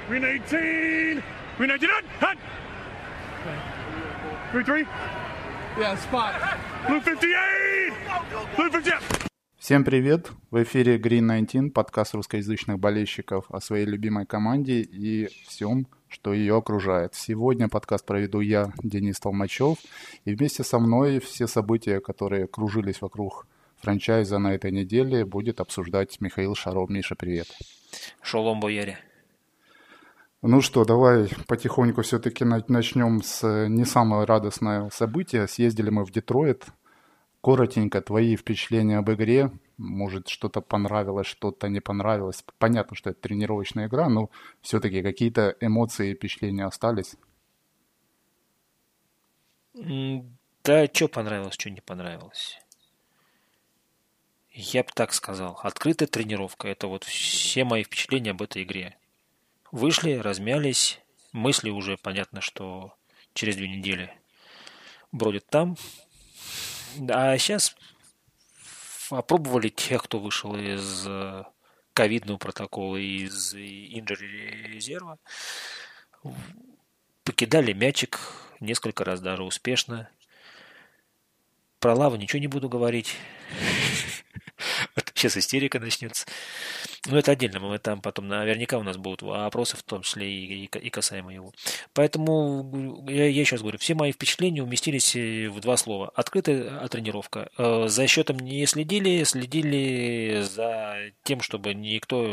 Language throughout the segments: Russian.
Green 18! Green 19, hot! Green 3? Yeah, spot. Blue 58! Blue 58! Всем привет! В эфире Green 19, подкаст русскоязычных болельщиков о своей любимой команде и всем, что ее окружает. Сегодня подкаст проведу я, Денис Толмачев, и вместе со мной все события, которые кружились вокруг франчайза на этой неделе, будет обсуждать Михаил Шаров. Миша, привет! Шалом, бояре! Ну что, давай потихоньку все-таки начнем с не самого радостного события. Съездили мы в Детройт. Коротенько, твои впечатления об игре. Может, что-то понравилось, что-то не понравилось. Понятно, что это тренировочная игра, но все-таки какие-то эмоции и впечатления остались. Да, что понравилось, что не понравилось. Я бы так сказал. Открытая тренировка. Это вот все мои впечатления об этой игре. Вышли, размялись. Мысли уже, понятно, что через 2 недели бродят там. А сейчас опробовали тех, кто вышел из ковидного протокола и из инджери резерва. Покидали мячик несколько раз даже успешно. Про Лаву ничего не буду говорить. Сейчас истерика начнется. Но это отдельно. Мы там потом наверняка у нас будут вопросы, в том числе и касаемо его. Поэтому я сейчас говорю, все мои впечатления уместились в 2 слова. Открытая тренировка. За счетом не следили, следили за тем, чтобы никто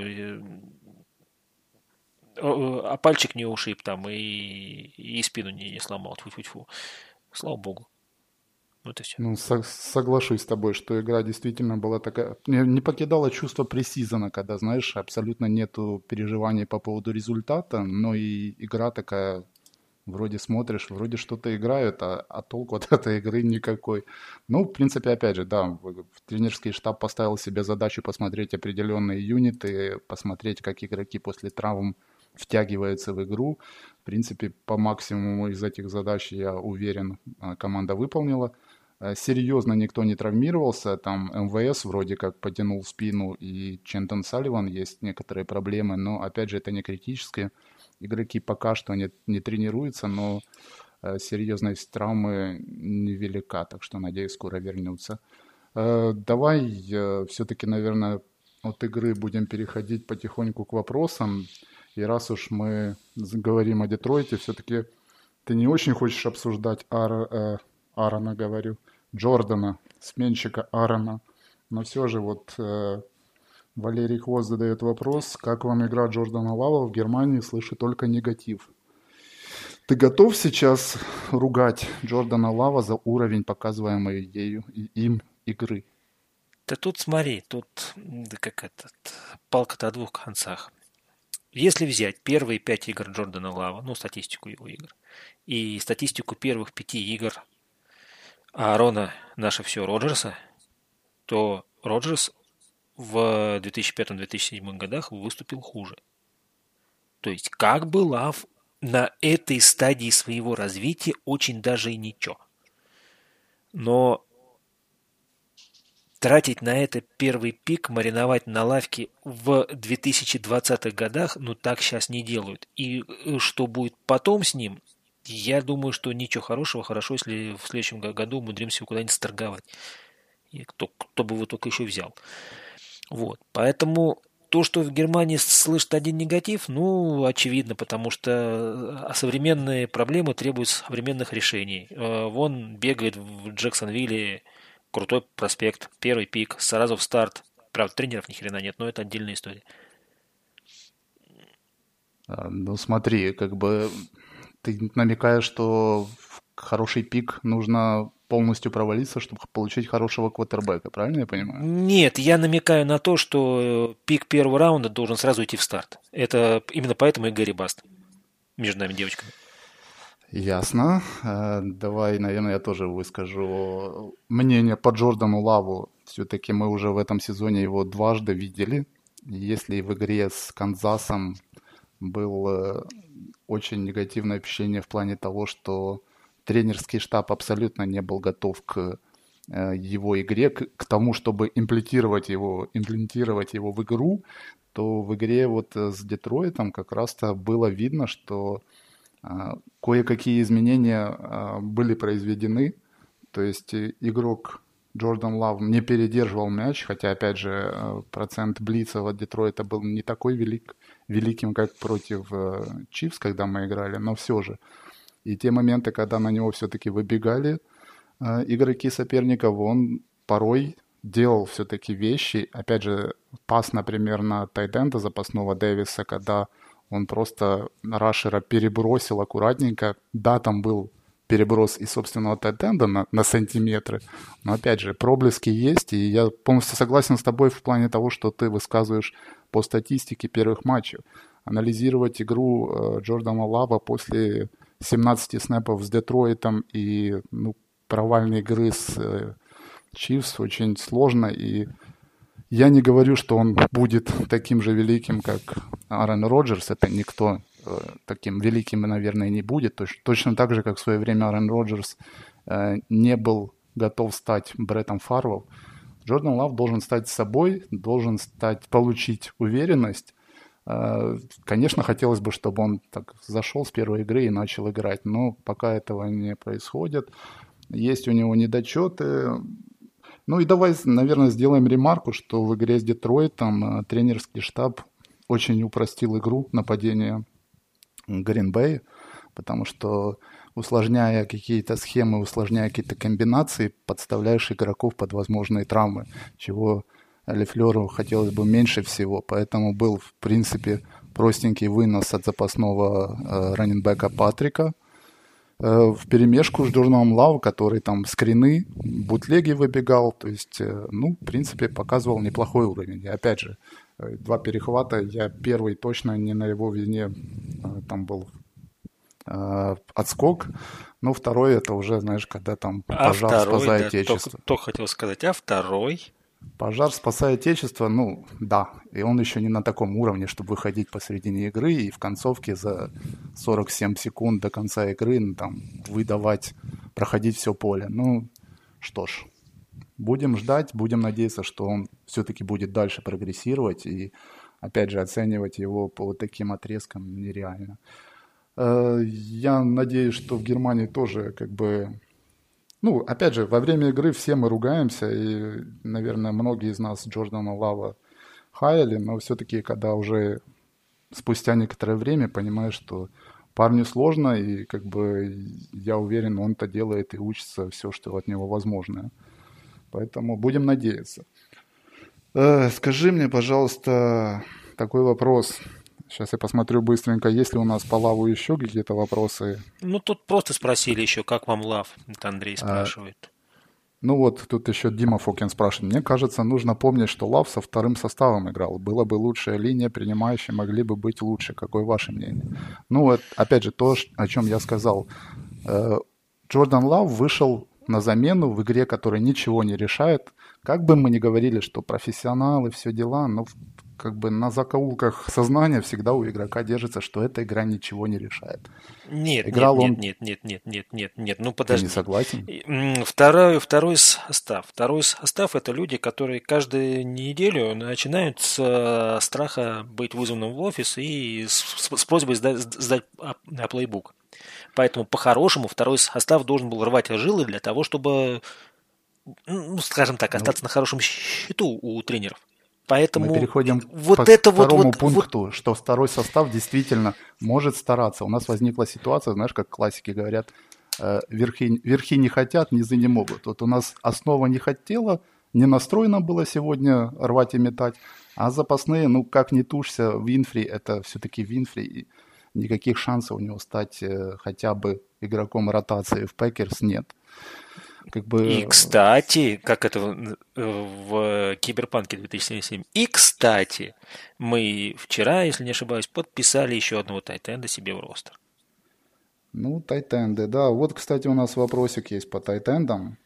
пальчик не ушиб там и спину не сломал. Тьфу-тьфу-тьфу. Слава богу. Вот и все. Ну, соглашусь с тобой, что игра действительно была такая... Не покидало чувство пресизона, когда, знаешь, абсолютно нету переживаний по поводу результата, но и игра такая, вроде смотришь, вроде что-то играют, а толку от этой игры никакой. Ну, в принципе, опять же, да, тренерский штаб поставил себе задачу посмотреть определенные юниты, посмотреть, как игроки после травм втягиваются в игру. В принципе, по максимуму из этих задач, я уверен, команда выполнила. Серьезно никто не травмировался, там МВС вроде как потянул спину, и Чентон Салливан, есть некоторые проблемы, но опять же это не критические. Игроки пока что не тренируются, но серьезность травмы невелика, так что надеюсь скоро вернутся. Давай все-таки, наверное, от игры будем переходить потихоньку к вопросам. И раз уж мы говорим о Детройте, все-таки ты не очень хочешь обсуждать Аарона, говорю, Джордана, сменщика Аарона. Но все же вот Валерий Хвост задает вопрос, как вам игра Джордана Лава в Германии, слышу только негатив. Ты готов сейчас ругать Джордана Лава за уровень, показываемый им игры? Да тут смотри, тут как палка-то о 2 концах. Если взять первые 5 игр Джордана Лава, ну, статистику его игр, и статистику первых 5 игр Аарона «Наше все» Роджерса, то Роджерс в 2005-2007 годах выступил хуже. То есть как бы Лав на этой стадии своего развития очень даже и ничего. Но тратить на это первый пик, мариновать на лавке в 2020-х годах, ну так сейчас не делают. И что будет потом с ним, я думаю, что ничего хорошего. Хорошо, если в следующем году умудримся его куда-нибудь сторговать. И кто бы его только еще взял. Вот. Поэтому то, что в Германии слышит один негатив, ну, очевидно, потому что современные проблемы требуют современных решений. Вон бегает в Джексонвилле крутой проспект, первый пик, сразу в старт. Правда, тренеров ни хрена нет, но это отдельная история. Ну смотри, как бы ты намекаешь, что в хороший пик нужно полностью провалиться, чтобы получить хорошего квотербека, правильно я понимаю? Нет, я намекаю на то, что пик первого раунда должен сразу идти в старт. Это именно поэтому и Гэри Баст между нами девочками. Ясно. Давай, наверное, я тоже выскажу мнение по Джордану Лаву. Все-таки мы уже в этом сезоне его дважды видели. Если в игре с Канзасом было очень негативное впечатление в плане того, что тренерский штаб абсолютно не был готов к его игре, к тому, чтобы имплементировать его в игру, то в игре вот с Детройтом как раз-то было видно, что кое-какие изменения были произведены. То есть игрок Джордан Лав не передерживал мяч, хотя, опять же, процент блицев от Детройта был не такой великим, как против Чифс, когда мы играли, но все же. И те моменты, когда на него все-таки выбегали игроки соперников, он порой делал все-таки вещи. Опять же, пас, например, на тайтенда запасного Дэвиса, когда он просто рашера перебросил аккуратненько. Да, там был переброс из собственного тайтенда на сантиметры, но, опять же, проблески есть, и я полностью согласен с тобой в плане того, что ты высказываешь по статистике первых матчей. Анализировать игру Джордана Лава после 17 снэпов с Детройтом и провальной игры с Чифс очень сложно, и я не говорю, что он будет таким же великим, как Аарон Роджерс. Это никто таким великим, наверное, не будет. Точно так же, как в свое время Аарон Роджерс не был готов стать Бреттом Фарвелл. Джордан Лав должен стать собой, должен получить уверенность. Конечно, хотелось бы, чтобы он так зашел с первой игры и начал играть, но пока этого не происходит. Есть у него недочеты. Ну и давай, наверное, сделаем ремарку, что в игре с Детройтом тренерский штаб очень упростил игру нападения Грин-Бэй, потому что, усложняя какие-то схемы, усложняя какие-то комбинации, подставляешь игроков под возможные травмы, чего Лефлеру хотелось бы меньше всего. Поэтому был, в принципе, простенький вынос от запасного раннинбека Патрика вперемешку с Джорданом Лав, который там скрины, бутлеги выбегал, то есть, в принципе, показывал неплохой уровень. И опять же, 2 перехвата, я первый точно не на его вине, там был отскок, но второй это уже, знаешь, когда там пожар спасает отечество. Кто хотел сказать, а второй? Пожар спасает отечество, да, и он еще не на таком уровне, чтобы выходить посередине игры и в концовке за 47 секунд до конца игры там выдавать, проходить все поле. Что ж, будем ждать, будем надеяться, что он все-таки будет дальше прогрессировать, и опять же оценивать его по вот таким отрезкам нереально. Я надеюсь, что в Германии тоже опять же, во время игры все мы ругаемся, и, наверное, многие из нас Джордана Лава хаяли, но все-таки, когда уже спустя некоторое время понимаешь, что парню сложно, и я уверен, он-то делает и учится все, что от него возможно. Поэтому будем надеяться. Скажи мне, пожалуйста, такой вопрос. Сейчас я посмотрю быстренько, есть ли у нас по Лаву еще какие-то вопросы. Тут просто спросили еще, как вам Лав, это Андрей спрашивает. Тут еще Дима Фокин спрашивает. Мне кажется, нужно помнить, что Лав со вторым составом играл. Была бы лучшая линия, принимающие могли бы быть лучше. Какое ваше мнение? Опять же, то, о чем я сказал. Джордан Лав вышел на замену в игре, которая ничего не решает. Как бы мы ни говорили, что профессионалы, все дела, но на закоулках сознания всегда у игрока держится, что эта игра ничего не решает. Нет, подожди. Ты не согласен? Второй состав – это люди, которые каждую неделю начинают с страха быть вызванным в офис и с просьбой сдать плейбук. Поэтому, по-хорошему, второй состав должен был рвать жилы для того, чтобы, скажем так, остаться на хорошем счету у тренеров. Поэтому мы переходим к второму пункту, что второй состав действительно может стараться. У нас возникла ситуация, знаешь, как классики говорят, верхи не хотят, низы не могут. Вот у нас основа не хотела, не настроена была сегодня рвать и метать, а запасные, как ни тушься, Винфри, это все-таки Винфри, и никаких шансов у него стать хотя бы игроком ротации в Пекерс нет. И, кстати, как это в Киберпанке 2077, и, кстати, мы вчера, если не ошибаюсь, подписали еще одного тайтенда себе в ростер. Тайтенды, да. Вот, кстати, у нас вопросик есть по тайтендам.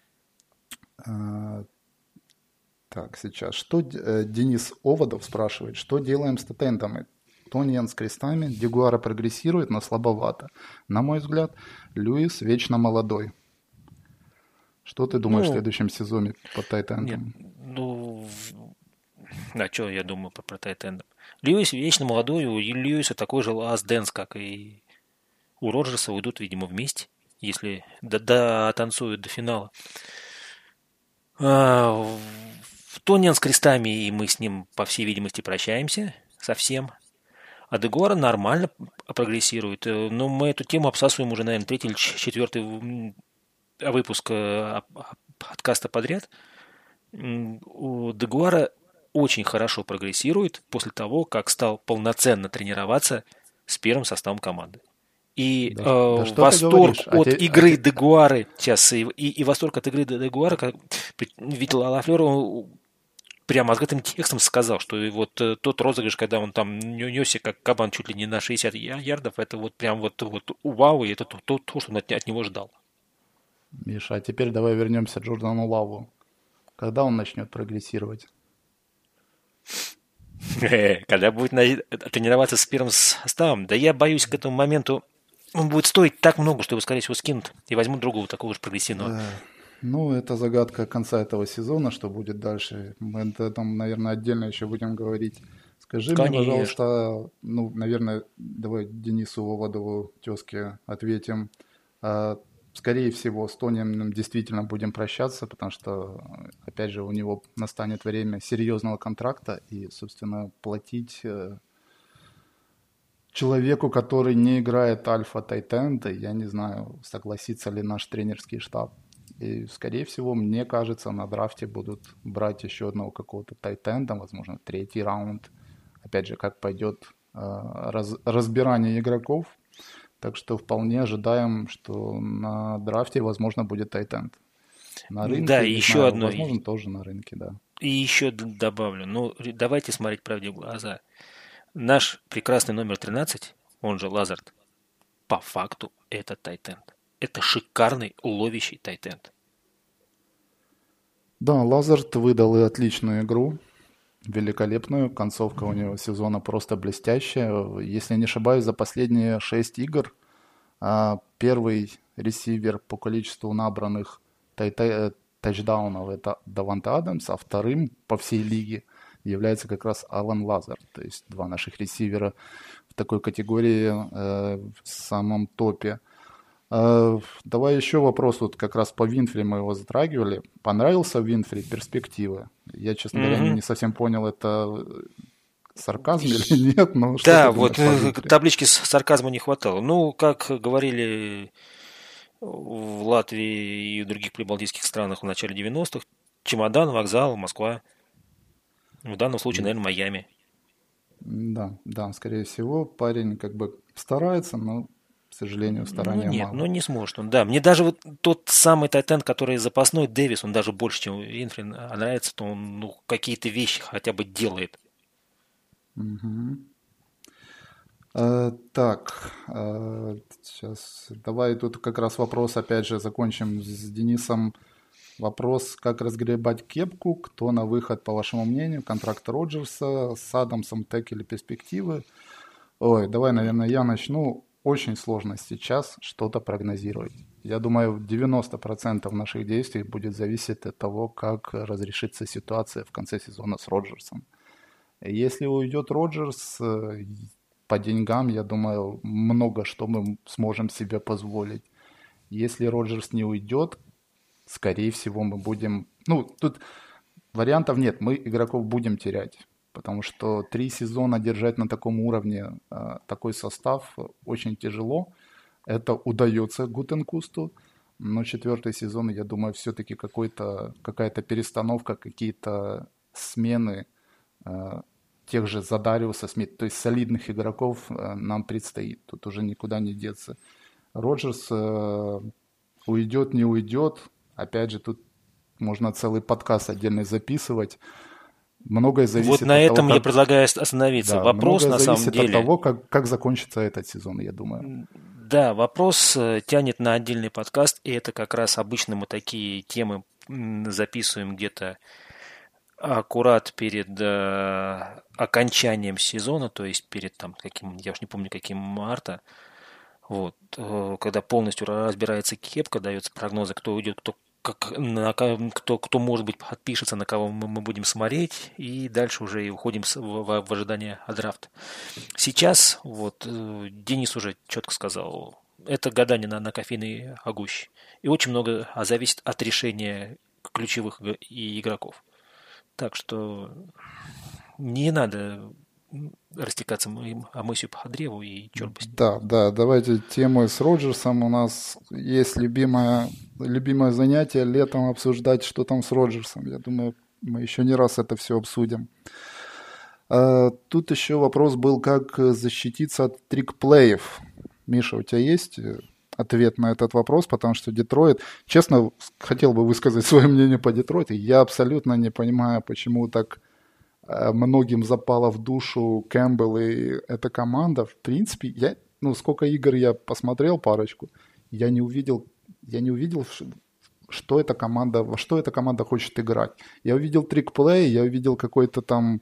Так, сейчас. Денис Оводов спрашивает, что делаем с тайтендами? Тониан с крестами, Дегуара прогрессирует, но слабовато. На мой взгляд, Льюис вечно молодой. Что ты думаешь в Ну, следующем сезоне по нет, тайтендам? ну, а что я думаю про Тайтенда? Льюис вечно молодой, у Льюиса такой же last dance, как и у Роджерса, уйдут, видимо, вместе, если танцуют до финала. В Тониан с крестами, и мы с ним, по всей видимости, прощаемся совсем. А Дегуара нормально прогрессирует. Но мы эту тему обсасываем уже, наверное, третий или четвертый выпуск подкаста подряд. У Дегуара очень хорошо прогрессирует после того, как стал полноценно тренироваться с первым составом команды. И Да что ты восторг говоришь? от игры Дегуары сейчас, и восторг от игры Дегуара, ведь Лафлер прямо открытым текстом сказал, что и вот тот розыгрыш, когда он там несся как кабан чуть ли не на 60 ярдов, это вот прям вот вау, и это то, что он от него ждал. Миша, а теперь давай вернемся к Джордану Лаву. Когда он начнет прогрессировать? Когда будет тренироваться с первым составом, да я боюсь, к этому моменту он будет стоить так много, что его, скорее всего, скинут и возьмут другого такого же прогрессивного. Ну, это загадка конца этого сезона, что будет дальше. Мы об этом, наверное, отдельно еще будем говорить. Скажи мне, Конечно. пожалуйста, ну, наверное, давай Денису Воводову, тезке, ответим. Скорее всего, с Тонием действительно будем прощаться, потому что, опять же, у него настанет время серьезного контракта, и, собственно, платить человеку, который не играет альфа-тайтенда, я не знаю, согласится ли наш тренерский штаб. И, скорее всего, мне кажется, на драфте будут брать еще одного какого-то тайтенда, возможно, третий раунд. Опять же, как пойдет разбирание игроков. Так что вполне ожидаем, что на драфте, возможно, будет тайтенд. На рынке, Да, и не еще знаю, одно. возможно, тоже на рынке, да. И еще добавлю. Ну, давайте смотреть правде в глаза. Наш прекрасный номер 13, он же Лазард, по факту это тайтенд. Это шикарный ловящий тайтенд. Да, Лазард выдал и отличную игру, великолепную. Концовка у него сезона просто блестящая. Если не ошибаюсь, за последние 6 игр первый ресивер по количеству набранных тачдаунов это Даванте Адамс, а вторым по всей лиге является как раз Алан Лазард. То есть два наших ресивера в такой категории в самом топе. Давай еще вопрос, вот как раз по Винфри мы его затрагивали. Понравился Винфри перспективы? Я, честно говоря, не совсем понял, это сарказм или нет, но что Да, ты думаешь вот по Винфри? таблички с сарказма не хватало. Ну, как говорили в Латвии и в других прибалтийских странах в начале 90-х, чемодан, вокзал, Москва. В данном случае, наверное, Майами. Да, скорее всего, парень как бы старается, но, к сожалению, старания Нет, мало. не сможет он. Да, мне даже вот тот самый тайтенд, который запасной, Дэвис, он даже больше, чем Винфри, нравится, то он какие-то вещи хотя бы делает. Так, сейчас давай тут как раз вопрос, опять же, закончим с Денисом. Вопрос, как разгребать кепку, кто на выход, по вашему мнению, контракт Роджерса, с Адамсом Тек или перспективы? Ой, давай, наверное, я начну. Очень сложно сейчас что-то прогнозировать. Я думаю, 90% наших действий будет зависеть от того, как разрешится ситуация в конце сезона с Роджерсом. Если уйдет Роджерс, по деньгам, я думаю, много что мы сможем себе позволить. Если Роджерс не уйдет, скорее всего, мы будем... Ну, тут вариантов нет, мы игроков будем терять. Потому что 3 сезона держать на таком уровне такой состав очень тяжело. Это удается Гутенкусту. Но 4-й сезон, я думаю, все-таки какая-то перестановка, какие-то смены тех же Задариуса, Смит, то есть солидных игроков нам предстоит. Тут уже никуда не деться. Роджерс уйдет, не уйдет. Опять же, тут можно целый подкаст отдельно записывать. Многое зависит Вот на от этом того, я предлагаю остановиться. Да, Вопрос многое на самом зависит деле... от того, как закончится этот сезон, я думаю. Да, вопрос тянет на отдельный подкаст, и это как раз обычно мы такие темы записываем где-то аккурат перед окончанием сезона, то есть перед там каким, я уж не помню, каким марта, вот, когда полностью разбирается кепка, дается прогнозы, кто уйдет, кто кто, может быть, подпишется, на кого мы будем смотреть, и дальше уже и уходим в ожидание драфта. Сейчас, вот, Денис уже четко сказал, это гадание на кофейной гуще. И очень много зависит от решения ключевых игроков. Так что не надо растекаться мысью по древу и черт бы с ним. Да, давайте тему с Роджерсом. У нас есть любимое занятие летом обсуждать, что там с Роджерсом. Я думаю, мы еще не раз это все обсудим. Тут еще вопрос был, как защититься от трикплеев. Миша, у тебя есть ответ на этот вопрос? Потому что Детройт... Честно, хотел бы высказать свое мнение по Детройту. Я абсолютно не понимаю, почему так многим запала в душу Кэмпбелл и эта команда. В принципе, сколько игр я посмотрел, парочку, я не увидел, что эта команда, во что эта команда хочет играть. Я увидел трикплей, я увидел какой-то там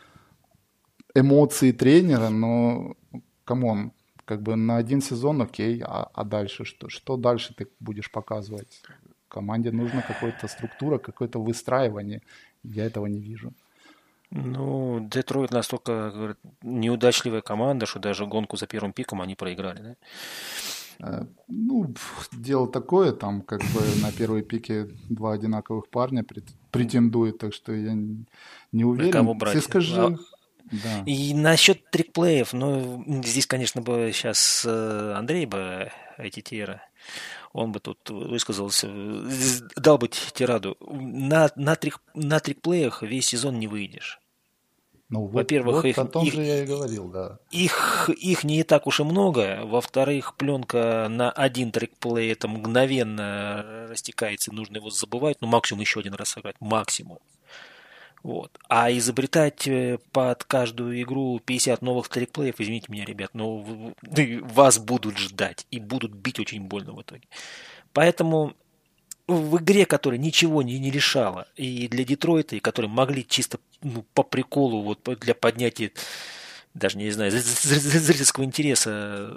эмоции тренера, но, камон, как бы на один сезон окей, а дальше что? Что дальше ты будешь показывать? Команде нужна какая-то структура, какое-то выстраивание. Я этого не вижу. Ну, Детройт настолько, говорит, неудачливая команда, что даже гонку за первым пиком они проиграли, да? Дело такое, там как бы на первые пике два одинаковых парня претендуют, так что я не уверен. Кого брать? Ты скажи. Да. И насчет трикплеев, здесь, конечно, бы сейчас Андрей бы, Айтитера, он бы тут высказался, дал бы тираду. На трикплеях весь сезон не выйдешь. Во-первых, о том же я и говорил, да. Их не так уж и много. Во-вторых, пленка на один трикплей это мгновенно растекается, нужно его забывать, максимум еще один раз сыграть, максимум. Вот. А изобретать под каждую игру 50 новых трикплеев, извините меня, ребят, вас будут ждать и будут бить очень больно в итоге. Поэтому в игре, которая ничего не решала, и для Детройта, и которые могли чисто по приколу, вот для поднятия, даже не знаю, зрительского интереса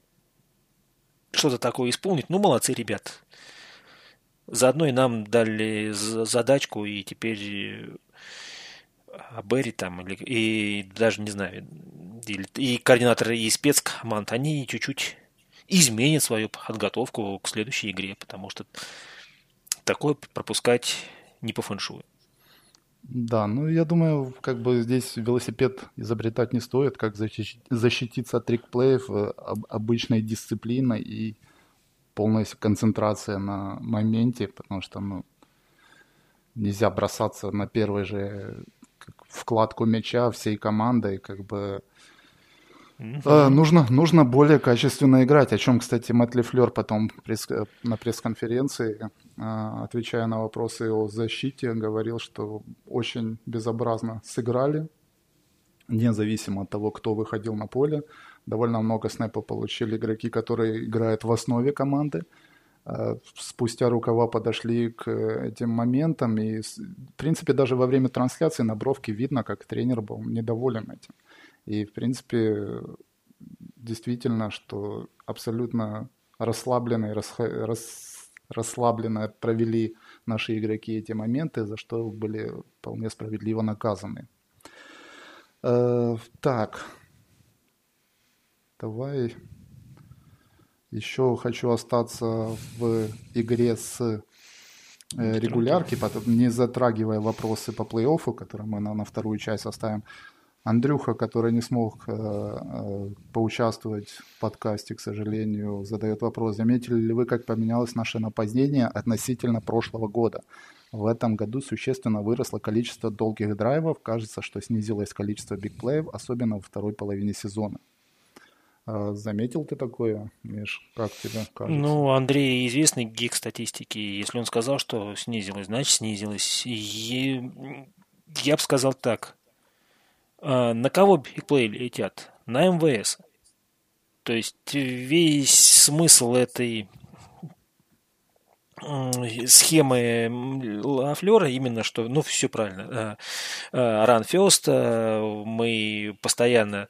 что-то такое исполнить, молодцы, ребят. Заодно и нам дали задачку, и теперь Берри там, и даже, не знаю, и координаторы, и спецкоманд, они чуть-чуть изменят свою подготовку к следующей игре, потому что такое пропускать не по фэншую. Да, я думаю, как бы здесь велосипед изобретать не стоит, как защититься от трикплеев обычной дисциплиной и полная концентрация на моменте, потому что нельзя бросаться на первой же вкладку мяча всей командой, как бы нужно более качественно играть, о чем, кстати, Мэтт Лефлер потом на пресс-конференции, отвечая на вопросы о защите, говорил, что очень безобразно сыграли, независимо от того, кто выходил на поле. Довольно много снэпов получили игроки, которые играют в основе команды. Спустя рукава подошли к этим моментам, и, в принципе, даже во время трансляции на бровке видно, как тренер был недоволен этим. И, в принципе, действительно, что абсолютно расслабленно провели наши игроки эти моменты, за что были вполне справедливо наказаны. Так, давай еще хочу остаться в игре с регулярки, потом не затрагивая вопросы по плей-оффу, которые мы на вторую часть оставим. Андрюха, который не смог поучаствовать в подкасте, к сожалению, задает вопрос. Заметили ли вы, как поменялось наше нападение относительно прошлого года? В этом году существенно выросло количество долгих драйвов. Кажется, что снизилось количество бигплеев, особенно во второй половине сезона. Заметил ты такое, Миш? Как тебе кажется? Андрей известный гик статистики. Если он сказал, что снизилось, значит снизилось. И я бы сказал так. На кого бигплеи летят? На МВС. То есть весь смысл этой схемы Лафлера именно что, все правильно. Run first, мы постоянно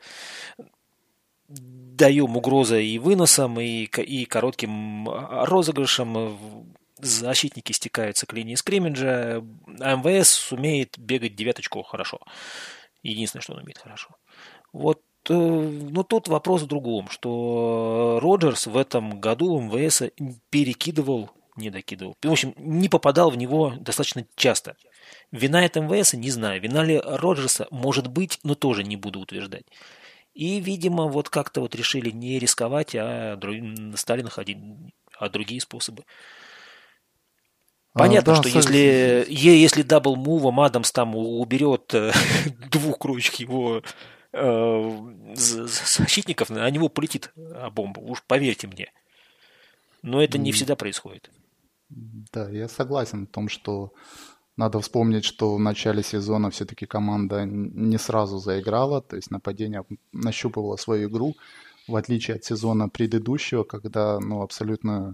даем угрозы и выносам, и коротким розыгрышам. защитники стекаются к линии скриммиджа, а МВС сумеет бегать девяточку хорошо. Единственное, что он умеет хорошо. Вот, но тут вопрос в другом, что Роджерс в этом году МВС не докидывал. В общем, не попадал в него достаточно часто. Вина это МВС, не знаю. Вина ли Роджерса, может быть, но тоже не буду утверждать. И, видимо, вот как-то вот решили не рисковать, а стали находить другие способы. Понятно, Да, что если дабл-мувом Адамс там уберет двух кроечек его защитников, на него полетит бомба. Уж поверьте мне. Но это не всегда происходит. да, я согласен в том, что надо вспомнить, что в начале сезона все-таки команда не сразу заиграла, то есть нападение нащупывало свою игру, в отличие от сезона предыдущего, когда абсолютно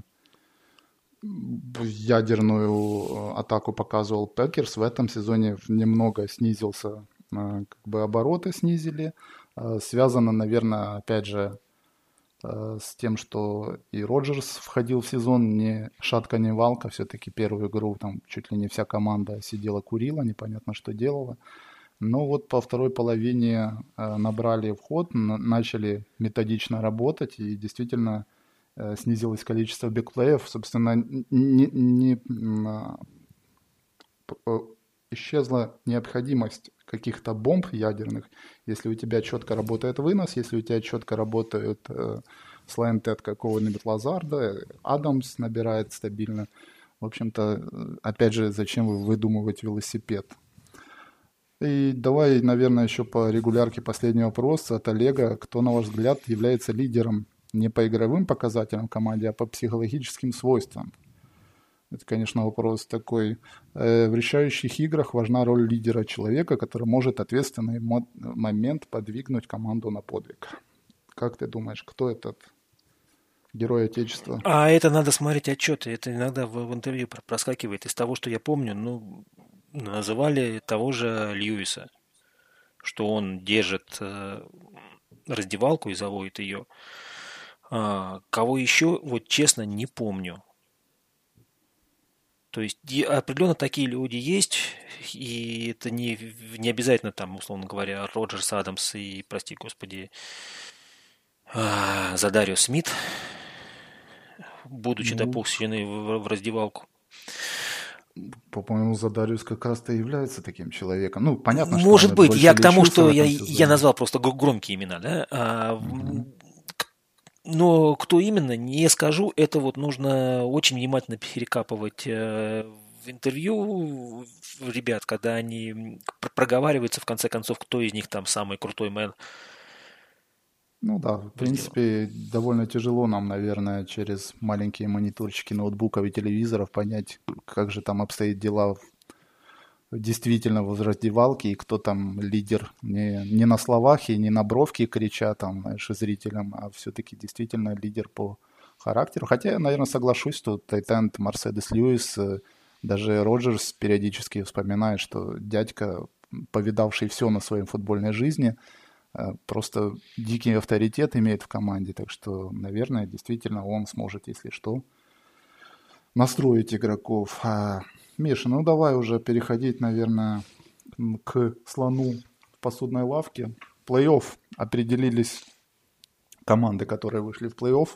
ядерную атаку показывал Пекерс. В этом сезоне немного снизился, как бы обороты снизили. Связано, наверное, опять же, с тем, что и Роджерс входил в сезон не шатка, не валка. Все-таки первую игру там чуть ли не вся команда сидела, курила, непонятно, что делала. Но вот по второй половине набрали в ход, начали методично работать, и действительно снизилось количество бигплеев. Собственно, исчезла необходимость каких-то бомб ядерных, если у тебя четко работает вынос, если у тебя четко работает слайнт от какого-нибудь Лазарда, Адамс набирает стабильно. В общем-то, опять же, зачем вы выдумывать велосипед? И давай, наверное, еще по регулярке последний вопрос от Олега. Кто, на ваш взгляд, является лидером не по игровым показателям команде, а по психологическим свойствам? Это, конечно, вопрос такой. В решающих играх важна роль лидера человека, который может в ответственный момент подвигнуть команду на подвиг. Как ты думаешь, кто этот герой Отечества? А это надо смотреть отчеты. Это иногда в интервью проскакивает. Из того, что я помню, называли того же Льюиса, что он держит раздевалку и заводит ее. Кого еще, вот честно, не помню. То есть определенно такие люди есть, и это не обязательно там, условно говоря, Роджерс, Адамс и, прости господи, Задарио Смит, будучи допущены в раздевалку. По-моему, Задариус как раз-то является таким человеком. Понятно, что может он быть, больше я к тому, лечился что в этом я сезоне. назвал просто громкие имена, да? Но кто именно, не скажу. Это вот нужно очень внимательно перекапывать в интервью ребят, когда они проговариваются, в конце концов, кто из них там самый крутой мэн. В принципе, довольно тяжело нам, наверное, через маленькие мониторчики ноутбуков и телевизоров понять, как же там обстоят дела действительно в раздевалке, и кто там лидер. Не на словах и не на бровке крича там, знаешь, зрителям, а все-таки действительно лидер по характеру. Хотя я, наверное, соглашусь, что тайтенд Мерседес Льюис, даже Роджерс периодически вспоминает, что дядька, повидавший все на своей футбольной жизни, просто дикий авторитет имеет в команде. Так что, наверное, действительно он сможет, если что, настроить игроков. Миша, давай уже переходить, наверное, к слону в посудной лавке. Плей-офф. Определились команды, которые вышли в плей-офф.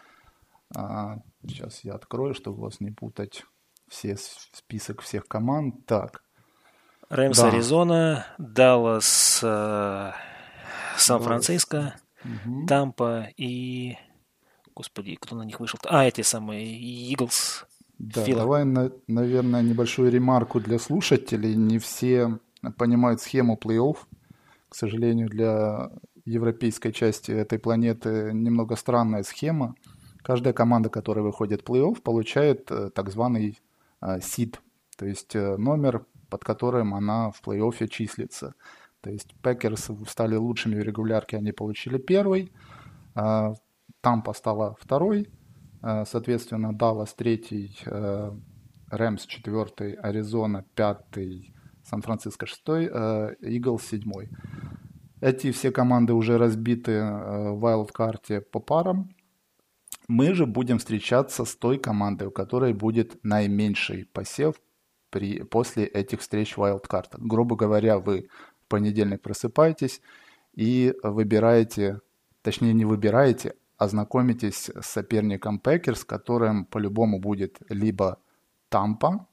Сейчас я открою, чтобы вас не путать. Список всех команд. Так. Рэмс, Да. Аризона, Даллас, Сан-Франциско, Тампа и... Господи, кто на них вышел? Эти самые Иглс. Да, давай, наверное, небольшую ремарку для слушателей. Не все понимают схему плей-офф. К сожалению, для европейской части этой планеты немного странная схема. Каждая команда, которая выходит в плей-офф, получает так званый сид, то есть номер, под которым она в плей-оффе числится. То есть Пекерс стали лучшими в регулярке, они получили первый, Тампа стала второй, соответственно, Даллас третий, Рэмс четвертый, Аризона пятый, Сан-Франциско шестой, Иглс седьмой. Эти все команды уже разбиты в вайлдкарте по парам. Мы же будем встречаться с той командой, у которой будет наименьший посев после этих встреч вайлдкарта. Грубо говоря, вы в понедельник просыпаетесь и выбираете, точнее не выбираете, а знакомитесь с соперником Пекерс, которым по-любому будет либо Тампа.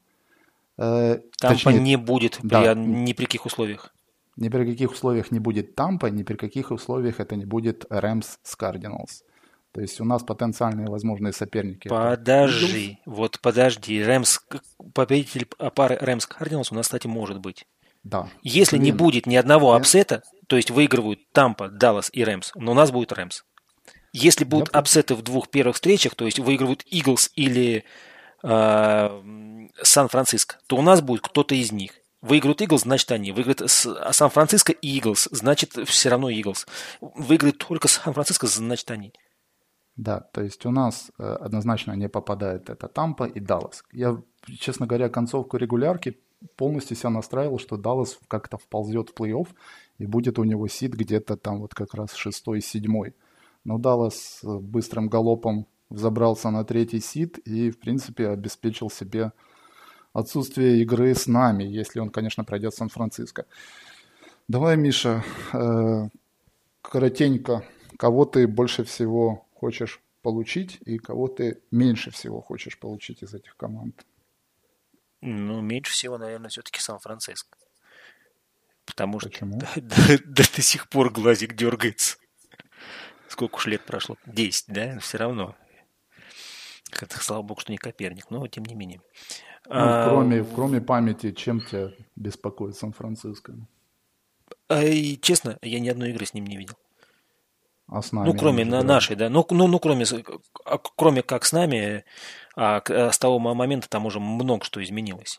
Тампа не будет да, ни при каких условиях. Ни при каких условиях не будет Тампа, ни при каких условиях это не будет Рэмс с Кардиналс. То есть у нас потенциальные возможные соперники. Подожди, Рэмс, победитель пары Рэмс Кардиналс у нас, кстати, может быть. Да. Если не будет ни одного апсета, то есть выигрывают Тампа, Даллас и Рэмс, но у нас будет Рэмс. Если будут апсеты в двух первых встречах, то есть выигрывают Иглс или Сан-Франциско, то у нас будет кто-то из них. Выиграют Иглс, значит они. Выиграют Сан-Франциско и Иглс, значит все равно Иглс. Выиграют только Сан-Франциско, значит они. Да, то есть у нас однозначно не попадает это Тампа и Даллас. Я, честно говоря, концовку регулярки полностью себя настраивал, что Даллас как-то вползет в плей-офф и будет у него сид где-то там вот как раз 6-7. Но Даллас быстрым галопом взобрался на 3-й сид и, в принципе, обеспечил себе отсутствие игры с нами, если он, конечно, пройдет Сан-Франциско. Давай, Миша, коротенько, кого ты больше всего хочешь получить и кого ты меньше всего хочешь получить из этих команд? Ну, меньше всего, наверное, все-таки Сан-Франциско. Потому Почему? что до сих пор глазик дергается. Сколько уж лет прошло? 10, да? Все равно. Слава богу, что не Коперник, но тем не менее. Кроме памяти, чем тебя беспокоит Сан-Франциско? И, честно, я ни одной игры с ним не видел. А с нами? Ну, кроме нашей, да. Кроме как с нами, с того момента там уже много что изменилось.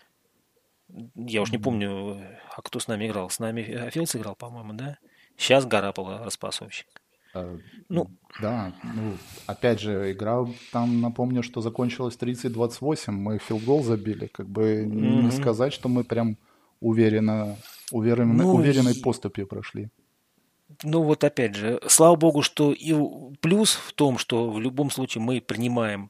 Я уж не помню, а кто с нами играл. С нами Филдс играл, по-моему, да? Сейчас Гарапполо распасовщик. Да, опять же, игра там, напомню, что закончилась 30-28, мы филдгол забили, как бы не сказать, что мы прям уверенной поступью прошли. Ну вот опять же, слава богу, что и плюс в том, что в любом случае мы принимаем,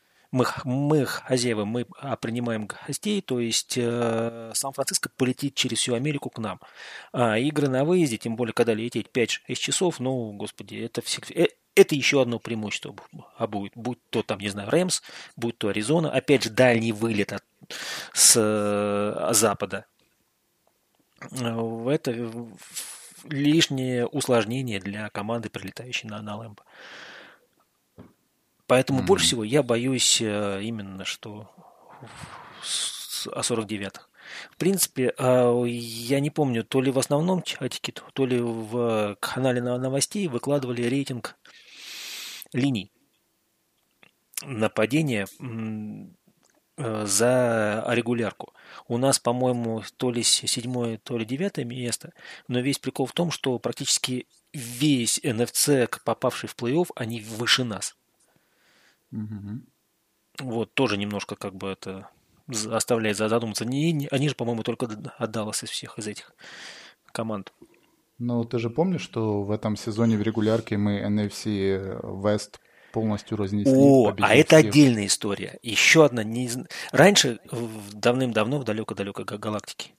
мы хозяева, мы принимаем гостей, то есть Сан-Франциско полетит через всю Америку к нам. А игры на выезде, тем более, когда лететь 5-6 часов, ну, господи, это еще одно преимущество будет. Будь то там, не знаю, Рэмс, будь то Аризона, опять же, дальний вылет с запада. Это лишнее усложнение для команды, прилетающей на Лэмбо. Поэтому больше всего я боюсь именно что о 49-х. В принципе, я не помню, то ли в основном чатике, то ли в канале новостей выкладывали рейтинг линий нападения за регулярку. У нас, по-моему, то ли 7-е, то ли 9-е место, но весь прикол в том, что практически весь NFC, попавший в плей-офф, они выше нас. Вот, тоже немножко как бы это оставляет задуматься. Они же, по-моему, только отдалось из всех из этих команд. Ну, ты же помнишь, что в этом сезоне в регулярке мы NFC West полностью разнесли. А это всех. Отдельная история. Еще одна. Раньше, давным-давно, в далекой-далекой галактике,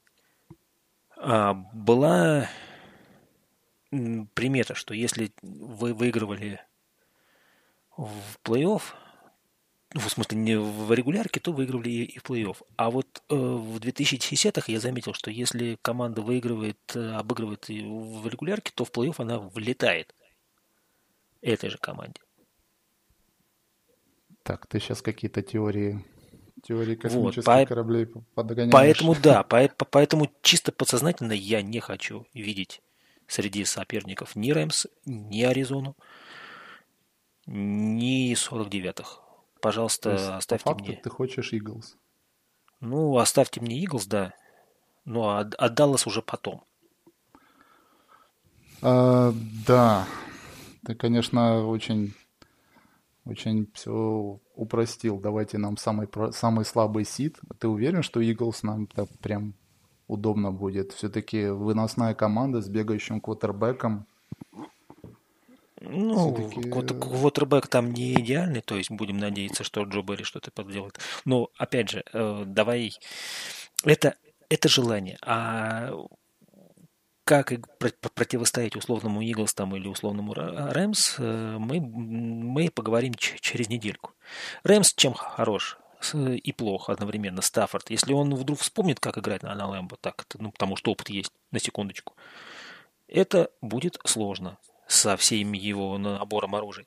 была примета, что если вы выигрывали в плей-офф, в смысле не в регулярке, то выигрывали и в плей-офф. А вот в 2010-х я заметил, что если команда обыгрывает в регулярке, то в плей-офф она влетает этой же команде. Так, ты сейчас какие-то теории космических кораблей подгоняешь. Поэтому чисто подсознательно я не хочу видеть среди соперников ни Рэмс, ни Аризону, ни 49-х. Пожалуйста, оставьте по факту мне. Ты хочешь Иглс? Ну, оставьте мне Иглс, да. Ну, а Даллас уже потом. Да. Ты, конечно, очень все упростил. Давайте нам самый слабый сид. Ты уверен, что Иглс нам так прям удобно будет? Все-таки выносная команда с бегающим квотербеком. Ну, Все-таки квотербек там не идеальный, то есть будем надеяться, что Джо Берри что-то подделает. Но, опять же, давай... Это, это желание. А как противостоять условному Иглс там или условному Рэмс, мы поговорим через недельку. Рэмс чем хорош и плохо одновременно Стаффорд. Если он вдруг вспомнит, как играть на Лэмбо, так, ну, потому что опыт есть, на секундочку, это будет сложно со всем его набором оружия.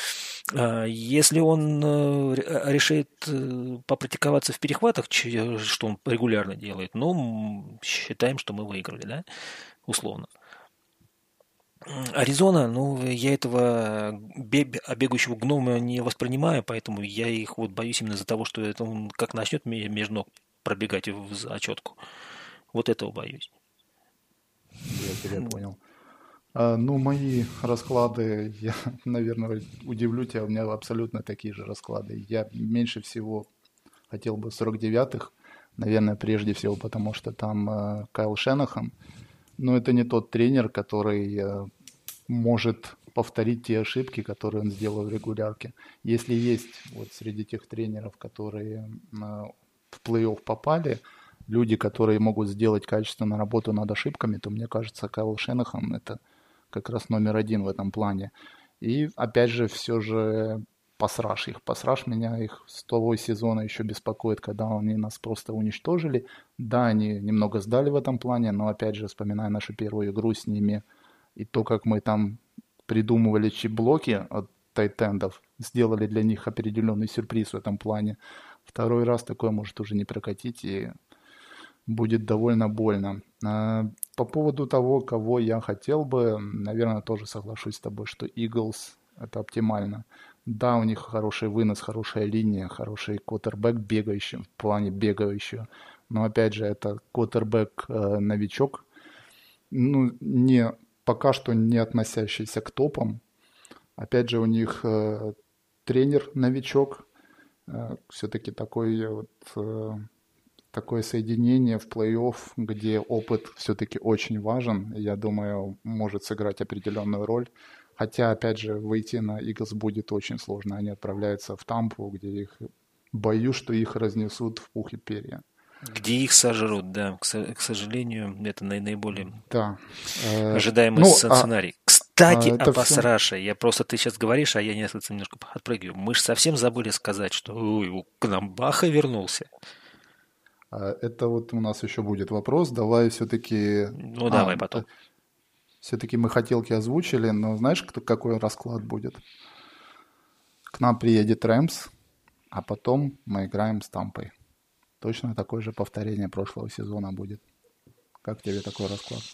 Если он решит попрактиковаться в перехватах, что он регулярно делает, ну, считаем, что мы выиграли, да, условно. Аризона, ну, я этого бегающего гнома не воспринимаю, поэтому я их вот боюсь именно из-за того, что это он как начнет между ног пробегать в зачетку. Вот этого боюсь. я тебя понял. Ну, мои расклады, я, наверное, удивлю тебя, у меня абсолютно такие же расклады. Я меньше всего хотел бы 49-х, наверное, прежде всего, потому что там Кайл Шенахан. Но это не тот тренер, который может повторить те ошибки, которые он сделал в регулярке. Если есть вот среди тех тренеров, которые в плей-офф попали, люди, которые могут сделать качественную работу над ошибками, то мне кажется, Кайл Шенахан – это как раз номер один в этом плане. И опять же, все же пассаж их. Пассаж меня их с того сезона еще беспокоит, когда они нас просто уничтожили. Да, они немного сдали в этом плане, но опять же, вспоминая нашу первую игру с ними и то, как мы там придумывали чип-блоки от тайтендов, сделали для них определенный сюрприз в этом плане. Второй раз такое может уже не прокатить и будет довольно больно. По поводу того, кого я хотел бы, наверное, тоже соглашусь с тобой, что Eagles это оптимально. Да, у них хороший вынос, хорошая линия, хороший квотербек бегающий, в плане бегающего. Но опять же, это квотербек новичок, ну, пока что не относящийся к топам. Опять же, у них тренер новичок, все-таки такое соединение в плей-офф, где опыт все-таки очень важен, я думаю, может сыграть определенную роль. Хотя, опять же, выйти на Eagles будет очень сложно. Они отправляются в Тампу, где боюсь, что их разнесут в пух и перья. Где их сожрут, да. К сожалению, это наиболее Да. ожидаемый сценарий. Кстати, о пассраше. Ты сейчас говоришь, а я немножко отпрыгиваю. Мы же совсем забыли сказать, что к нам Баха вернулся. Это вот у нас еще будет вопрос. Давай все-таки... Ну, давай потом. Все-таки мы хотелки озвучили, но знаешь, какой расклад будет? К нам приедет Рэмс, а потом мы играем с Тампой. Точно такое же повторение прошлого сезона будет. Как тебе такой расклад?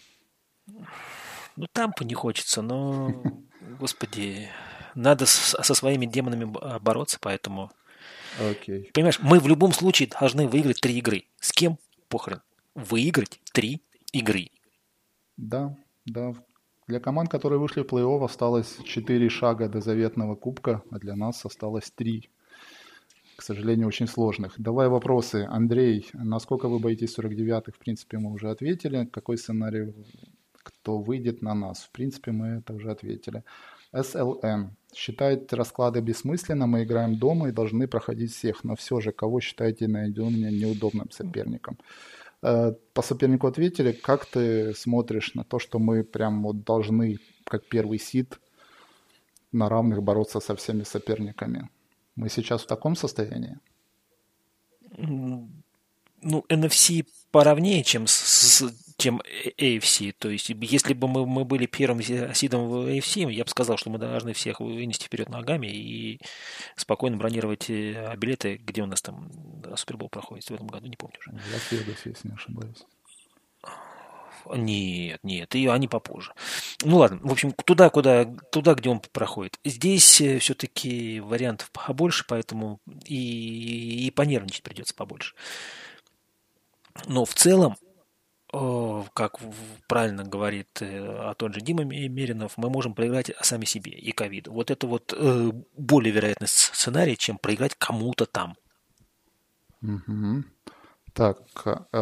Ну, Тампу не хочется, но, господи, надо со своими демонами бороться, поэтому... Окей. Понимаешь, мы в любом случае должны выиграть 3 игры. С кем? Похрен. Выиграть 3 игры. Да. Для команд, которые вышли в плей-офф, осталось 4 шага до заветного кубка, а для нас осталось 3. К сожалению, очень сложных. Давай вопросы. Андрей, насколько вы боитесь 49-х? В принципе, мы уже ответили. Какой сценарий, кто выйдет на нас? В принципе, мы это уже ответили. СЛН. Считает расклады бессмысленно, мы играем дома и должны проходить всех, но все же, кого считаете наиболее неудобным соперником? По сопернику ответили. Как ты смотришь на то, что мы прям вот должны, как первый сид, на равных бороться со всеми соперниками? Мы сейчас в таком состоянии? Ну, NFC поровнее, чем AFC. То есть, если бы мы были первым сидом в AFC, я бы сказал, что мы должны всех вынести вперед ногами и спокойно бронировать билеты. Где у нас там Супербол проходит в этом году, не помню уже. В Лас-Вегасе, если не ошибаюсь. Нет, и они попозже. Ну ладно, в общем, туда, где он проходит. Здесь все-таки вариантов побольше, поэтому и понервничать придется побольше. Но в целом, как правильно говорит тот же Дима Меринов, мы можем проиграть сами себе и ковиду. Вот это вот более вероятный сценарий, чем проиграть кому-то там. Угу. Так,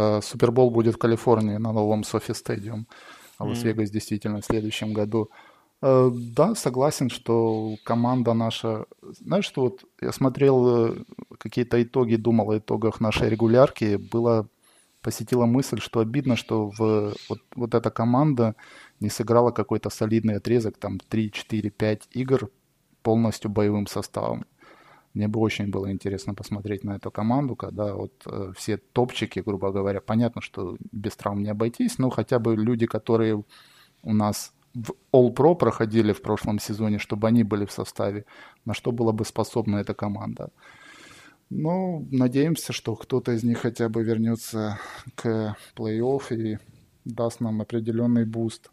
Супербол будет в Калифорнии на новом Софи Стадиум, а Лас-Вегас действительно в следующем году. Да, согласен, что команда наша... Знаешь, что вот я смотрел какие-то итоги, думал о итогах нашей регулярки, посетила мысль, что обидно, что вот эта команда не сыграла какой-то солидный отрезок, там 3, 4, 5 игр полностью боевым составом. Мне бы очень было интересно посмотреть на эту команду, когда вот все топчики, грубо говоря, понятно, что без травм не обойтись, но хотя бы люди, которые у нас в All-Pro проходили в прошлом сезоне, чтобы они были в составе, на что была бы способна эта команда. Ну, надеемся, что кто-то из них хотя бы вернется к плей-офф и даст нам определенный буст.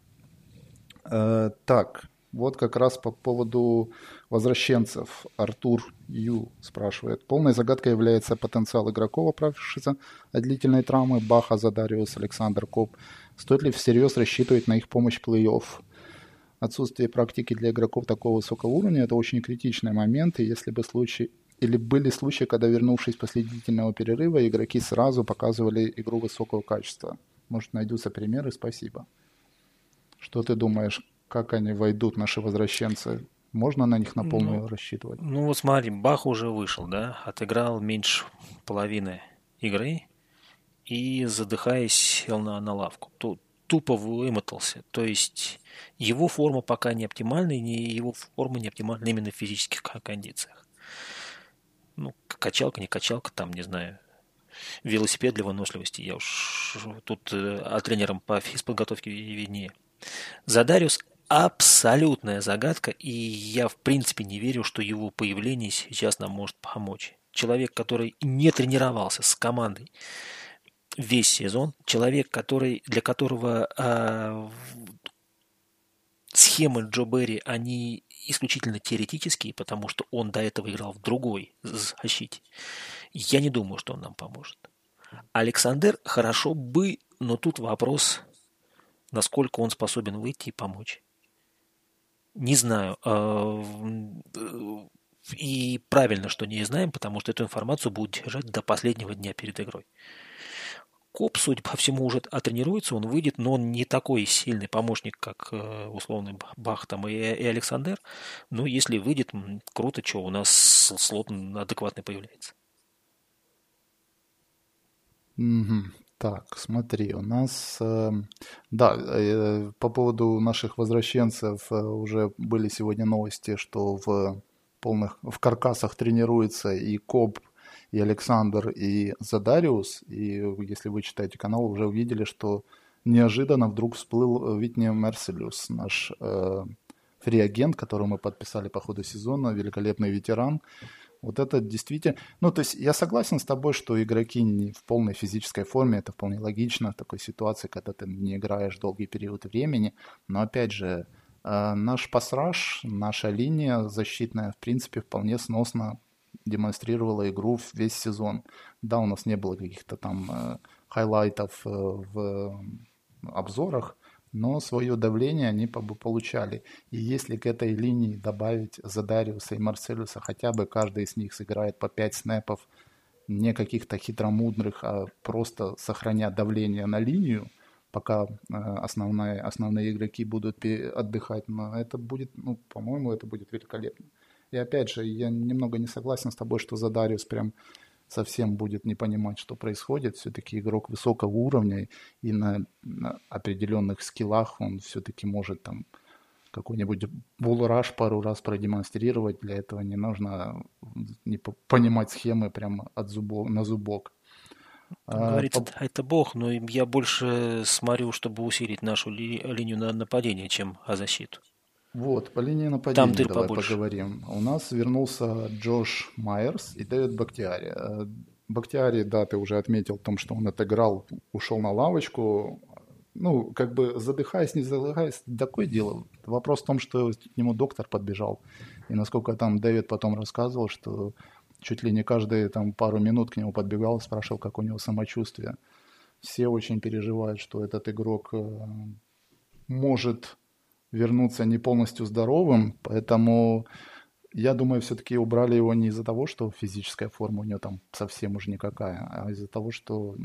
Так, вот как раз по поводу возвращенцев. Артур Ю спрашивает. Полной загадкой является потенциал игроков, оправившихся от длительной травмы. Баха, Задариус, Александр Коп. Стоит ли всерьез рассчитывать на их помощь в плей-офф? Отсутствие практики для игроков такого высокого уровня – это очень критичный момент, и если бы были случаи, когда, вернувшись после длительного перерыва, игроки сразу показывали игру высокого качества. Может, найдутся примеры? Спасибо. Что ты думаешь, как они войдут, наши возвращенцы? Можно на них на полную рассчитывать? Ну вот смотри, Бах уже вышел, да, отыграл меньше половины игры и, задыхаясь, сел на лавку. Тупо вымотался. То есть его форма пока не оптимальна, и его форма не оптимальна именно в физических кондициях. Ну, качалка, не качалка, там, не знаю, велосипед для выносливости. Я уж тут тренером по физподготовке виднее. Задариус абсолютная загадка, и я в принципе не верю, что его появление сейчас нам может помочь. Человек, который не тренировался с командой весь сезон, человек, для которого схемы Джо Берри, они исключительно теоретические, потому что он до этого играл в другой защите. Я не думаю, что он нам поможет. Александр хорошо бы, но тут вопрос, насколько он способен выйти и помочь. Не знаю. И правильно, что не знаем, потому что эту информацию будут держать до последнего дня перед игрой. Коп, судя по всему, уже отренируется, он выйдет, но он не такой сильный помощник, как условный Бах там и Александр. Но если выйдет, круто, что у нас слот адекватный появляется. Так, смотри, у нас, по поводу наших возвращенцев уже были сегодня новости, что в каркасах тренируется и Коп, и Александр, и Задариус. И если вы читаете канал, уже увидели, что неожиданно вдруг всплыл Витни Мерселюс, наш фри-агент, которого мы подписали по ходу сезона, великолепный ветеран. Вот это действительно... Ну, то есть я согласен с тобой, что игроки не в полной физической форме, это вполне логично в такой ситуации, когда ты не играешь долгий период времени. Но опять же, наш пасраж, наша линия защитная, в принципе, вполне сносно демонстрировала игру весь сезон. Да, у нас не было каких-то там хайлайтов в обзорах, но свое давление они получали. И если к этой линии добавить Задариуса и Марселюса, хотя бы каждый из них сыграет по 5 снэпов, не каких-то хитромудрых, а просто сохраня давление на линию, пока основные игроки будут отдыхать, но это будет, ну, по-моему, это будет великолепно. И опять же, я немного не согласен с тобой, что Задариус прям совсем будет не понимать, что происходит. Все-таки игрок высокого уровня, и на определенных скиллах он все-таки может там какой-нибудь булраш пару раз продемонстрировать. Для этого не нужно не понимать схемы прямо на зубок. Говорится, это бог, но я больше смотрю, чтобы усилить нашу линию нападения, чем защиту. Вот, по линии нападения Там давай побольше. поговорим. У нас вернулся Джош Майерс и Дэвид Бактиари. Бактиари, да, ты уже отметил в том, что он отыграл, ушел на лавочку. Ну, как бы задыхаясь, не задыхаясь, такое дело. Вопрос в том, что к нему доктор подбежал. И насколько там Дэвид потом рассказывал, что чуть ли не каждые там пару минут к нему подбегал, спрашивал, как у него самочувствие. Все очень переживают, что этот игрок может вернуться не полностью здоровым, поэтому я думаю, все-таки убрали его не из-за того, что физическая форма у него там совсем уж никакая, а из-за того, что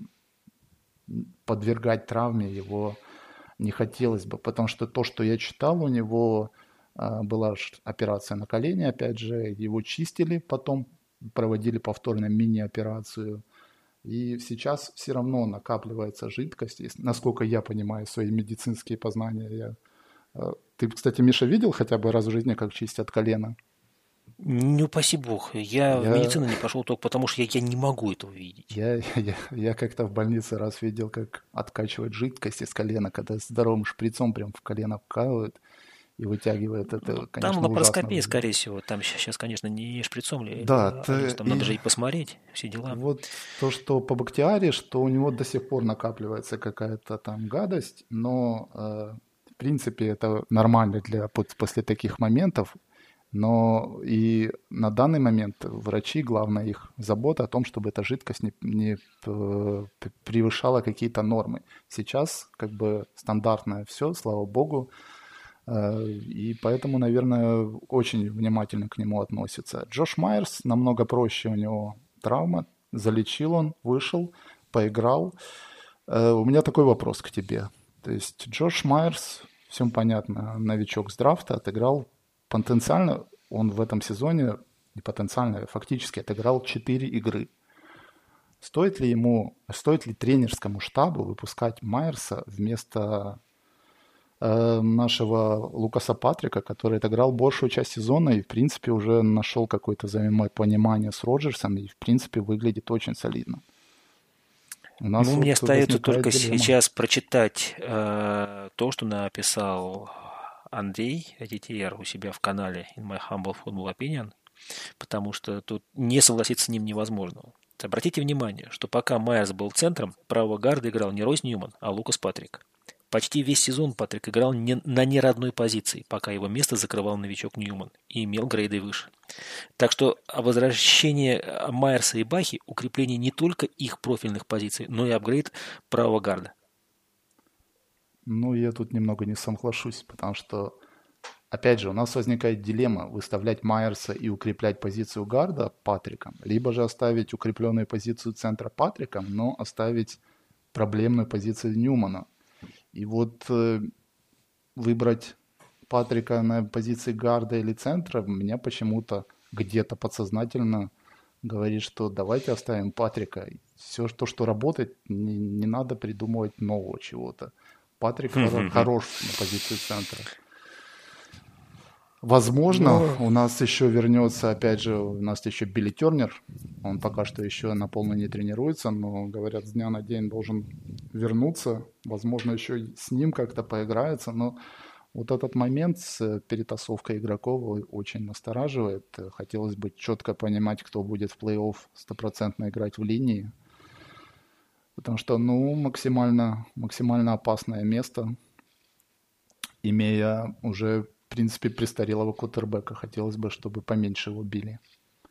подвергать травме его не хотелось бы, потому что то, что я читал у него, Была операция на колени, опять же, его чистили, потом проводили повторно мини-операцию. И сейчас все равно накапливается жидкость, насколько я понимаю свои медицинские познания. Ты, кстати, Миша, видел хотя бы раз в жизни, как чистят колено? Не упаси бог. Я в Я, медицину не пошел только потому, что я не могу этого видеть. я как-то в больнице раз видел, как откачивают жидкость из колена, когда здоровым шприцом прям в колено вкалывают и вытягивают. Это, Там конечно, ужасно лапароскопия, выглядит. скорее всего. Там сейчас, конечно, не шприцом Да, там надо же и посмотреть все дела. вот то, что по Бактиаре, что у него до сих пор накапливается какая-то там гадость, но в принципе это нормально после таких моментов. Но и на данный момент врачи, главная их забота о том, чтобы эта жидкость не превышала какие-то нормы. Сейчас как бы стандартное все, слава богу, и поэтому, наверное, очень внимательно к нему относятся. Джош Майерс намного проще, у него травма, залечил он, вышел, поиграл. У меня такой вопрос к тебе. То есть Джош Майерс, всем понятно, новичок с драфта, отыграл потенциально, он в этом сезоне, не потенциально, фактически отыграл 4 игры. Стоит ли тренерскому штабу выпускать Майерса вместо нашего Лукаса Патрика, который отыграл большую часть сезона и, в принципе, уже нашел какое-то взаимопонимание с Роджерсом и, в принципе, выглядит очень солидно. У нас Мне остается возникает только дилемма. сейчас прочитать то, что написал Андрей Адитьер у себя в канале In My Humble Football Opinion, потому что тут не согласиться с ним невозможно. Обратите внимание, что пока Майерс был центром, правого гарда играл не Ройс Ньюман, а Лукас Патрик. Почти весь сезон Патрик играл на неродной позиции, пока его место закрывал новичок Ньюман и имел грейды выше. Так что возвращение Майерса и Бахи – укрепление не только их профильных позиций, но и апгрейд правого гарда. Ну, я тут немного не соглашусь, потому что, опять же, у нас возникает дилемма выставлять Майерса и укреплять позицию гарда Патриком, либо же оставить укрепленную позицию центра Патриком, но оставить проблемную позицию Ньюмана. И вот выбрать Патрика на позиции гарда или центра меня почему-то где-то подсознательно говорит, что давайте оставим Патрика. Все то, что работает, не надо придумывать нового чего-то. Патрик хорош на позицию центра. Возможно, у нас еще вернется, опять же, у нас еще Билли Тернер. Он пока что еще на полную не тренируется, но, говорят, с дня на день должен вернуться. Возможно, еще и с ним как-то поиграется. Но вот этот момент с перетасовкой игроков очень настораживает. Хотелось бы четко понимать, кто будет в плей-офф 100% играть в линии. Потому что, максимально опасное место, имея уже, в принципе, престарелого квотербека. Хотелось бы, чтобы поменьше его били.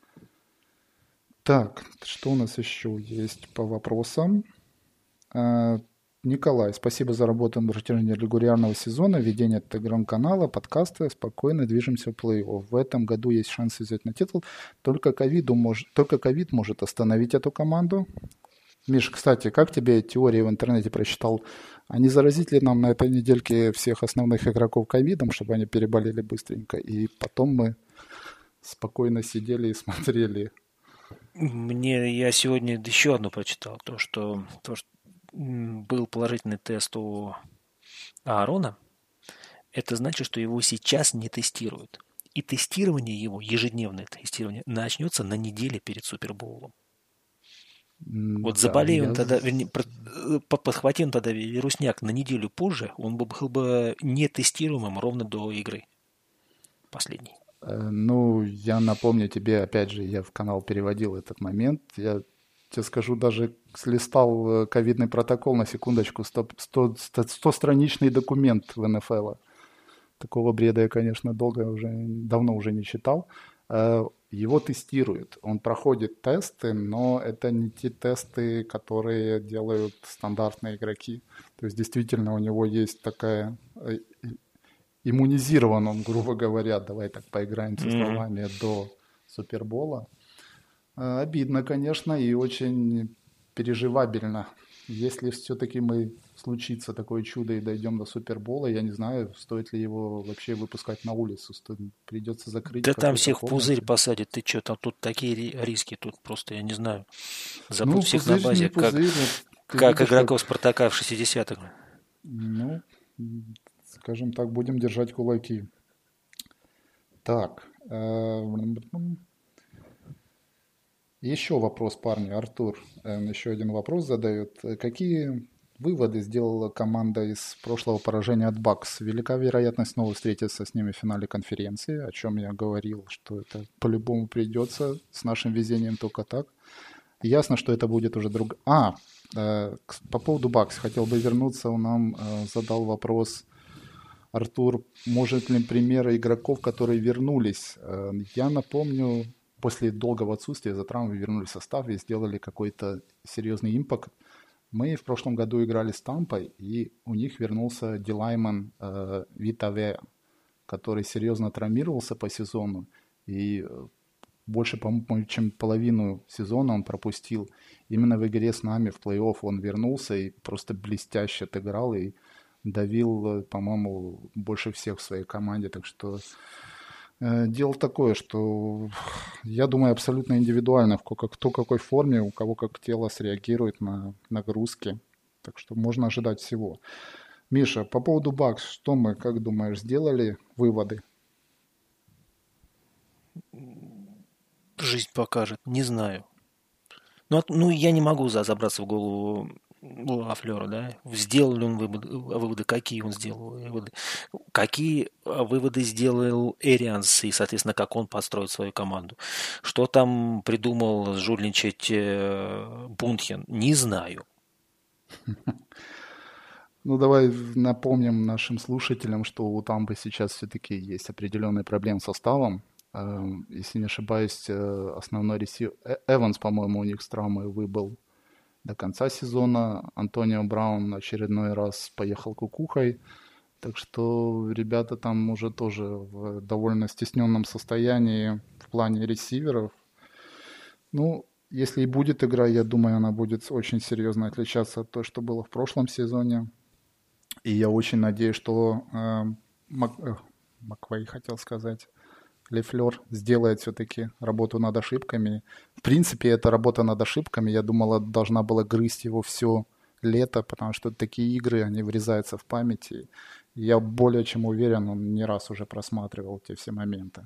Так, что у нас еще есть по вопросам? Николай, спасибо за работу на протяжении регулярного сезона, ведение телеграм-канала, подкасты. Спокойно движемся в плей-офф. В этом году есть шанс взять на титул. Только ковид может остановить эту команду. Миш, кстати, как тебе теории в интернете прочитал? А не заразить ли нам на этой недельке всех основных игроков ковидом, чтобы они переболели быстренько? И потом мы спокойно сидели и смотрели. Я сегодня еще одно прочитал. То, что был положительный тест у Аарона, это значит, что его сейчас не тестируют. И тестирование его, ежедневное тестирование, начнется на неделе перед Супербоулом. Вот заболея он тогда, подхватил он тогда вирусняк на неделю позже, он был бы нетестируемым ровно до игры последней. Я напомню тебе, опять же, я в канал переводил этот момент. Я тебе скажу, даже слистал ковидный протокол, на секундочку, 100-страничный документ в НФЛ. Такого бреда я, конечно, давно уже не читал. Его тестируют. Он проходит тесты, но это не те тесты, которые делают стандартные игроки. То есть действительно у него есть такая... Иммунизирован он, грубо говоря, давай так поиграем со словами, до Супербола. Обидно, конечно, и очень переживабельно если все-таки мы случится такое чудо и дойдем до Супербола, я не знаю, стоит ли его вообще выпускать на улицу. Придется закрыть Да в там какой-то всех в пузырь комнате. посадят. Ты что, там тут такие риски, тут просто, я не знаю. Ну, Запрут всех на пузырь не базе, пузырь. Вот ты как видишь, игроков как, Спартака в 60-х. ну, скажем так, будем держать кулаки. Так, еще вопрос, парни. Артур еще один вопрос задает. Какие выводы сделала команда из прошлого поражения от Бакс? Велика вероятность снова встретиться с ними в финале конференции, о чем я говорил, что это по-любому придется, с нашим везением только так. Ясно, что это будет уже по поводу Бакс хотел бы вернуться. Он нам задал вопрос, Артур, может ли примеры игроков, которые вернулись? Я напомню, после долгого отсутствия из-за травмы вернулись в состав и сделали какой-то серьезный импакт. Мы в прошлом году играли с Тампой, и у них вернулся Дилайман Витаве, который серьезно травмировался по сезону, и больше, по-моему, чем половину сезона он пропустил. Именно в игре с нами в плей-офф он вернулся и просто блестяще отыграл, и давил, по-моему, больше всех в своей команде. Так что дело такое, что я думаю, абсолютно индивидуально, кто в какой форме, у кого как тело среагирует на нагрузки. Так что можно ожидать всего. Миша, по поводу Бакс, что мы, как думаешь, сделали выводы? Жизнь покажет, не знаю. Ну, я не могу забраться в голову Лафлера, да? Сделал ли он выводы, какие он сделал выводы, какие выводы сделал Эрианс и, соответственно, как он построит свою команду. Что там придумал жульничать Бунхен, не знаю. Ну, давай напомним нашим слушателям, что у Тампы сейчас все-таки есть определенные проблемы с составом. Если не ошибаюсь, основной ресивер Эванс, по-моему, у них с травмой выбыл до конца сезона. Антонио Браун очередной раз поехал кукухой. Так что ребята там уже тоже в довольно стесненном состоянии в плане ресиверов. Ну, если и будет игра, я думаю, она будет очень серьезно отличаться от того, что было в прошлом сезоне. И я очень надеюсь, что Маквей, хотел сказать, Лефлер сделает все-таки работу над ошибками. В принципе, эта работа над ошибками, я думала, должна была грызть его все лето, потому что такие игры, они врезаются в памяти. Я более чем уверен, он не раз уже просматривал те все моменты.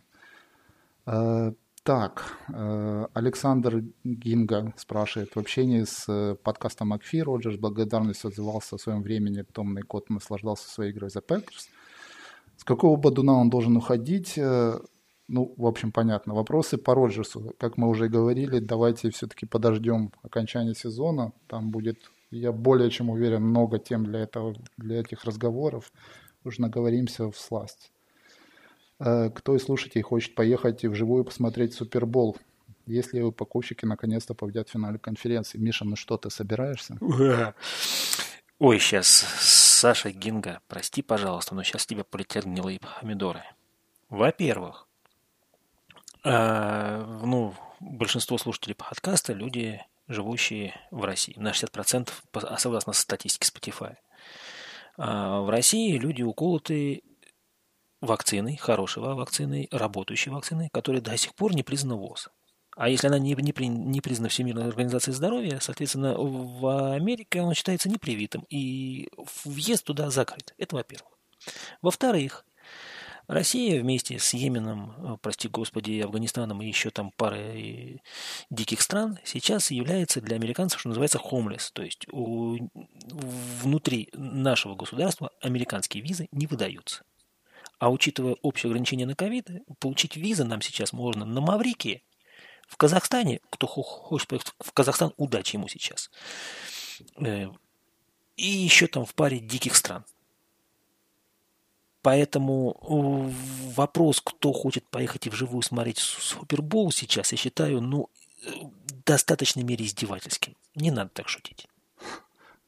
Так, Александр Гинга спрашивает. В общении с подкастом Макфи Роджерс с благодарностью отзывался о своем времени. Томный кот наслаждался своей игрой за Пекерс. С какого бодуна он должен уходить? Ну, в общем, понятно. Вопросы по Роджерсу. Как мы уже говорили, давайте все-таки подождем окончания сезона. Там будет, я более чем уверен, много тем для этих разговоров. Уж наговоримся всласть. Кто из слушателей хочет поехать и вживую посмотреть Супербол? Если упаковщики наконец-то победят в финале конференции. Миша, ну что, ты собираешься? Ой, сейчас, Саша Гинга, прости, пожалуйста, но сейчас тебе полетят гнилые помидоры. Во-первых, большинство слушателей подкаста – люди, живущие в России. На 60%, согласно статистике Spotify. В России люди уколоты вакциной, хорошей вакциной, работающей вакциной, которая до сих пор не признана ВОЗ. А если она не признана Всемирной организацией здоровья, соответственно, в Америке она считается непривитым, и въезд туда закрыт. Это во-первых. Во-вторых, Россия вместе с Йеменом, прости господи, Афганистаном и еще там парой диких стран сейчас является для американцев, что называется, homeless. То есть внутри нашего государства американские визы не выдаются. А учитывая общее ограничение на ковид, получить визы нам сейчас можно на Маврикии, в Казахстане, кто хочет поехать в Казахстан, удачи ему сейчас. И еще там в паре диких стран. Поэтому вопрос, кто хочет поехать и вживую смотреть Супербол сейчас, я считаю, в достаточной мере издевательским. Не надо так шутить.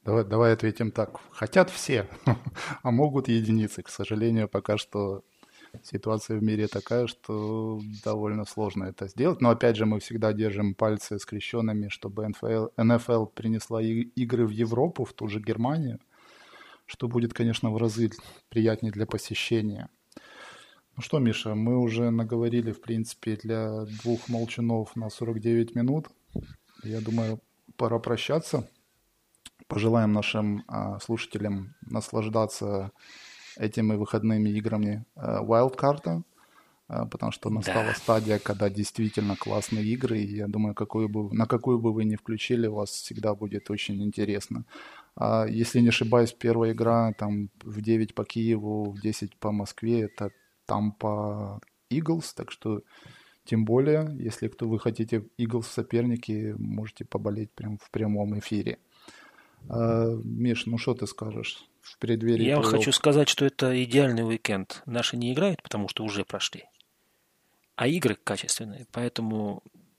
Давай ответим так. Хотят все, а могут единицы. К сожалению, пока что Ситуация в мире такая, что довольно сложно это сделать. Но опять же, мы всегда держим пальцы скрещенными, чтобы НФЛ принесла игры в Европу, в ту же Германию, что будет, конечно, в разы приятнее для посещения. Ну что, Миша, мы уже наговорили, в принципе, для двух молчунов на 49 минут. Я думаю, пора прощаться. Пожелаем нашим слушателям наслаждаться этими выходными играми Wildcard, потому что настала стадия, когда действительно классные игры, и я думаю, на какую бы вы ни включили, у вас всегда будет очень интересно. Если не ошибаюсь, первая игра там в 9 по Киеву, в 10 по Москве, это Tampa Eagles, так что тем более, если вы хотите Eagles в соперники, можете поболеть прямо в прямом эфире. Миш, ну что ты скажешь в преддверии Я плей-офф? хочу сказать, что это идеальный уикенд. Наши не играют, потому что уже прошли. А игры качественные, поэтому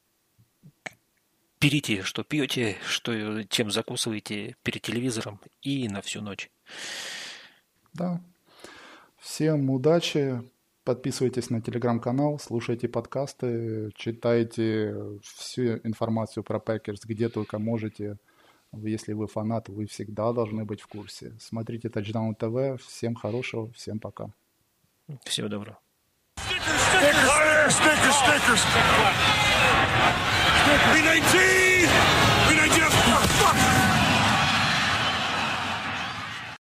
берите, что пьете, чем закусываете перед телевизором и на всю ночь. Да. Всем удачи. Подписывайтесь на телеграм-канал, слушайте подкасты, читайте всю информацию про Пекерс, где только можете. Если вы фанат, вы всегда должны быть в курсе. Смотрите Touchdown TV. Всем хорошего, всем пока. Всего доброго. Stickers! Stickers! Stickers! Stickers!